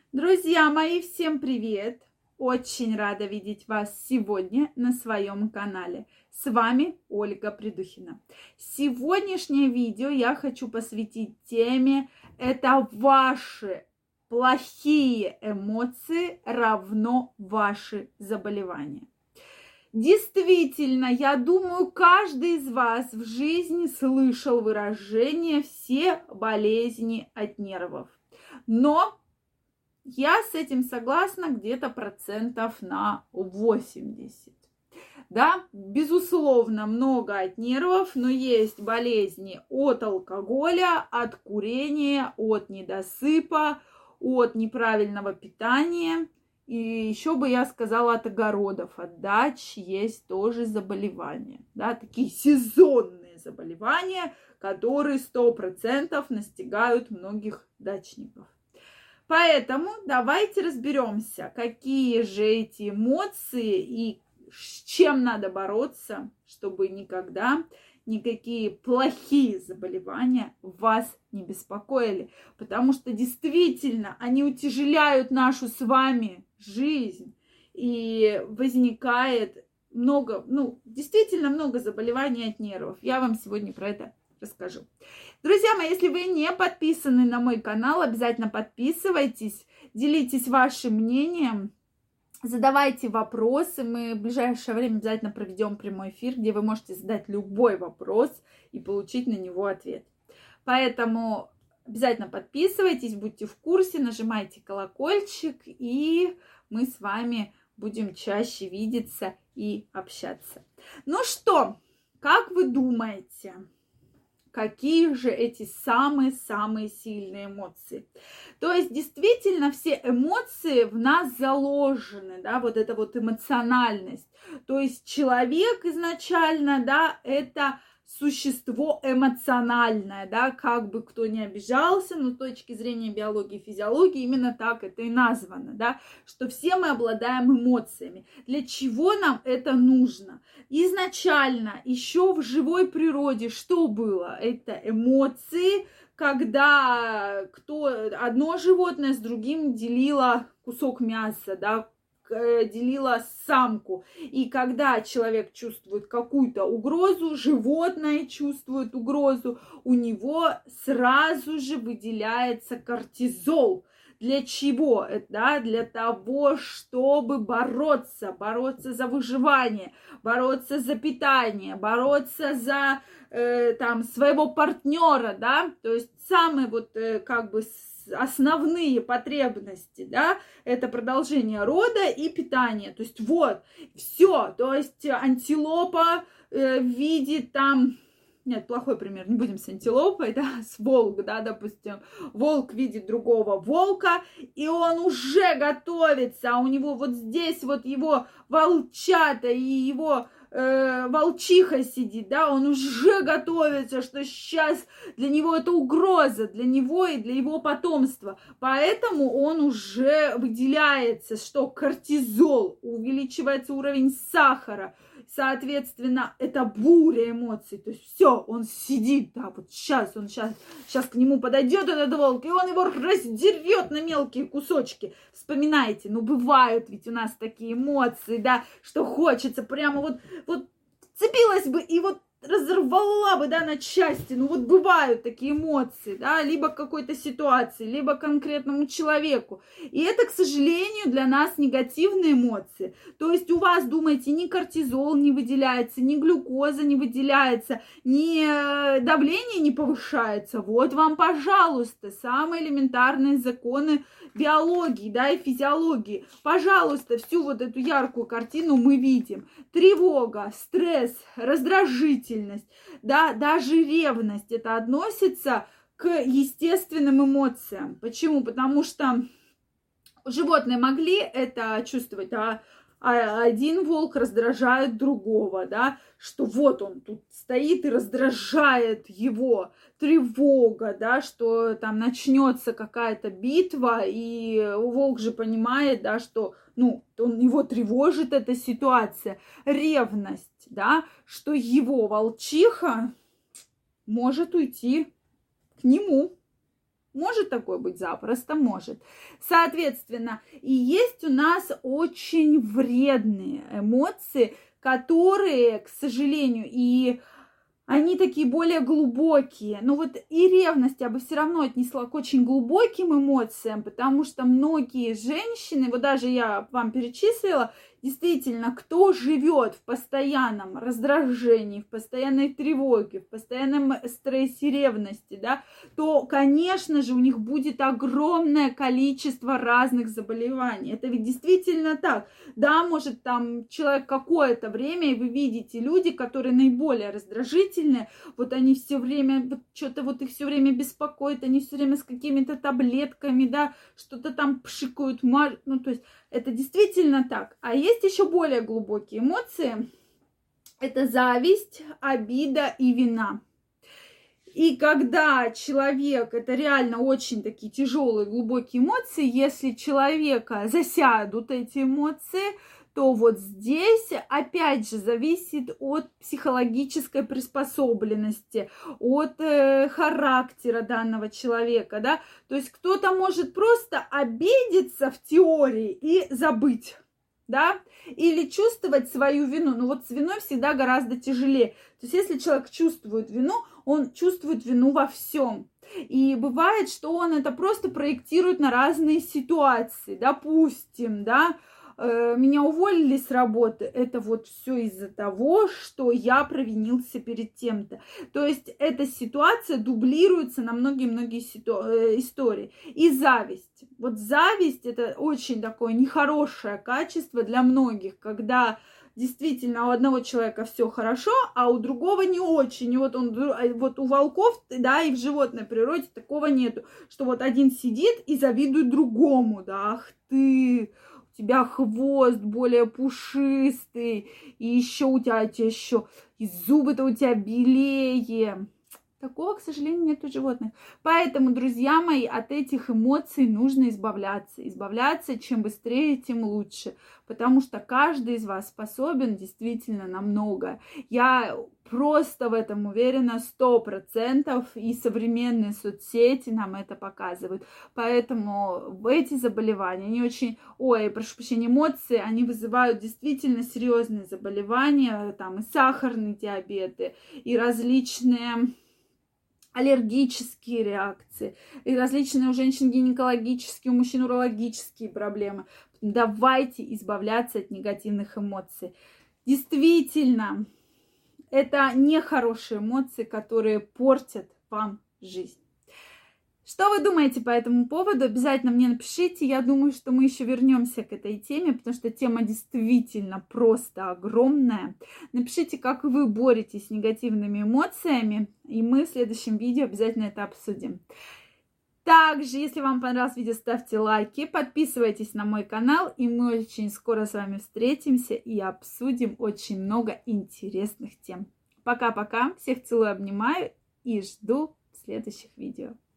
Друзья мои, всем привет! Очень рада видеть вас сегодня на своем канале. С вами Ольга Придухина. Сегодняшнее видео я хочу посвятить теме «Это ваши плохие эмоции равно ваши заболевания». Действительно, я думаю, каждый из вас в жизни слышал выражение «все болезни от нервов». Но я с этим согласна где-то процентов на 80. Да, безусловно, много от нервов, но есть болезни от алкоголя, от курения, от недосыпа, от неправильного питания. И еще бы я сказала, от огородов, от дач есть тоже заболевания. Да, такие сезонные заболевания, которые 100% настигают многих дачников. Поэтому давайте разберемся, какие же эти эмоции и с чем надо бороться, чтобы никогда никакие плохие заболевания вас не беспокоили. Потому что действительно они утяжеляют нашу с вами жизнь. И возникает действительно много заболеваний от нервов. Я вам сегодня про это расскажу. Друзья мои, если вы не подписаны на мой канал, обязательно подписывайтесь, делитесь вашим мнением, задавайте вопросы. Мы в ближайшее время обязательно проведем прямой эфир, где вы можете задать любой вопрос и получить на него ответ. Поэтому обязательно подписывайтесь, будьте в курсе, нажимайте колокольчик, и мы с вами будем чаще видеться и общаться. Ну что, как вы думаете, какие же эти самые-самые сильные эмоции? То есть, действительно, все эмоции в нас заложены, да, вот эта вот эмоциональность. То есть, человек изначально, да, это существо эмоциональное, да, как бы кто ни обижался, но с точки зрения биологии и физиологии именно так это и названо, да, что все мы обладаем эмоциями. Для чего нам это нужно? Изначально, еще в живой природе, что было? Это эмоции, когда одно животное с другим делило кусок мяса, да, делила самку. И когда человек чувствует какую-то угрозу, животное чувствует угрозу, у него сразу же выделяется кортизол. Для чего? Да, для того, чтобы бороться за выживание, бороться за питание, бороться за своего партнера, да, то есть самые основные потребности, да, это продолжение рода и питание. То есть вот, все. То есть антилопа видит там... Нет, плохой пример, не будем с антилопой, да, с волк, да, допустим. Волк видит другого волка, и он уже готовится, а у него вот здесь вот его волчата и его волчиха сидит, да, он уже готовится, что сейчас для него это угроза, для него и для его потомства. Поэтому он уже выделяется, что кортизол, увеличивается уровень сахара. Соответственно, это буря эмоций. То есть все, он сидит, да, вот сейчас к нему подойдет этот волк, и он его раздерет на мелкие кусочки. Вспоминайте, бывают ведь у нас такие эмоции, да, что хочется прямо вот цепилась бы и вот разорвала бы, да, на части. Бывают такие эмоции, да, либо к какой-то ситуации, либо к конкретному человеку. И это, к сожалению, для нас негативные эмоции. То есть у вас, думаете, ни кортизол не выделяется, ни глюкоза не выделяется, ни давление не повышается. Вот вам, пожалуйста, самые элементарные законы биологии, да, и физиологии. Пожалуйста, всю вот эту яркую картину мы видим. Тревога, стресс, раздражительность, да, даже ревность, это относится к естественным эмоциям. Почему? Потому что животные могли это чувствовать, а один волк раздражает другого, да, что вот он тут стоит и раздражает его, тревога, да, что там начнется какая-то битва, и волк же понимает, да, что, его тревожит эта ситуация, ревность, да, что его волчиха может уйти к нему. Может такое быть? Запросто может. Соответственно, и есть у нас очень вредные эмоции, которые, к сожалению, и они такие более глубокие. Но вот и ревность я бы все равно отнесла к очень глубоким эмоциям, потому что многие женщины, вот даже я вам перечислила, действительно, кто живет в постоянном раздражении, в постоянной тревоге, в постоянном стрессе, ревности, да, то, конечно же, у них будет огромное количество разных заболеваний. Это ведь действительно так. Да, может, там человек какое-то время, и вы видите люди, которые наиболее раздражительные, вот они все время, вот что-то вот их все время беспокоит, они все время с какими-то таблетками, да, что-то там пшикают, ну, то есть это действительно так. А есть еще более глубокие эмоции. Это зависть, обида и вина. И когда человек, это реально очень такие тяжелые, глубокие эмоции, если человека засядут эти эмоции, то вот здесь опять же зависит от психологической приспособленности, от характера данного человека, да. То есть кто-то может просто обидеться в теории и забыть, да, или чувствовать свою вину. Но вот с виной всегда гораздо тяжелее. То есть если человек чувствует вину, он чувствует вину во всем. И бывает, что он это просто проектирует на разные ситуации. Допустим, да, меня уволили с работы, это вот все из-за того, что я провинился перед тем-то. То есть эта ситуация дублируется на многие-многие истории. И зависть. Вот зависть – это очень такое нехорошее качество для многих, когда действительно у одного человека все хорошо, а у другого не очень. И вот вот у волков, да, и в животной природе такого нету, что вот один сидит и завидует другому, да, ах ты, у тебя хвост более пушистый, и еще у тебя еще и зубы-то у тебя белее. Такого, к сожалению, нет у животных. Поэтому, друзья мои, от этих эмоций нужно избавляться. Избавляться чем быстрее, тем лучше. Потому что каждый из вас способен действительно на многое. Я просто в этом уверена 100%. И современные соцсети нам это показывают. Поэтому эти заболевания, они очень... прошу прощения, эмоции, они вызывают действительно серьезные заболевания. Там и сахарный диабет, и различные аллергические реакции, и различные у женщин гинекологические, у мужчин урологические проблемы. Давайте избавляться от негативных эмоций. Действительно, это нехорошие эмоции, которые портят вам жизнь. Что вы думаете по этому поводу? Обязательно мне напишите. Я думаю, что мы еще вернемся к этой теме, потому что тема действительно просто огромная. Напишите, как вы боретесь с негативными эмоциями, и мы в следующем видео обязательно это обсудим. Также, если вам понравилось видео, ставьте лайки, подписывайтесь на мой канал, и мы очень скоро с вами встретимся и обсудим очень много интересных тем. Пока-пока, всех целую, обнимаю и жду следующих видео.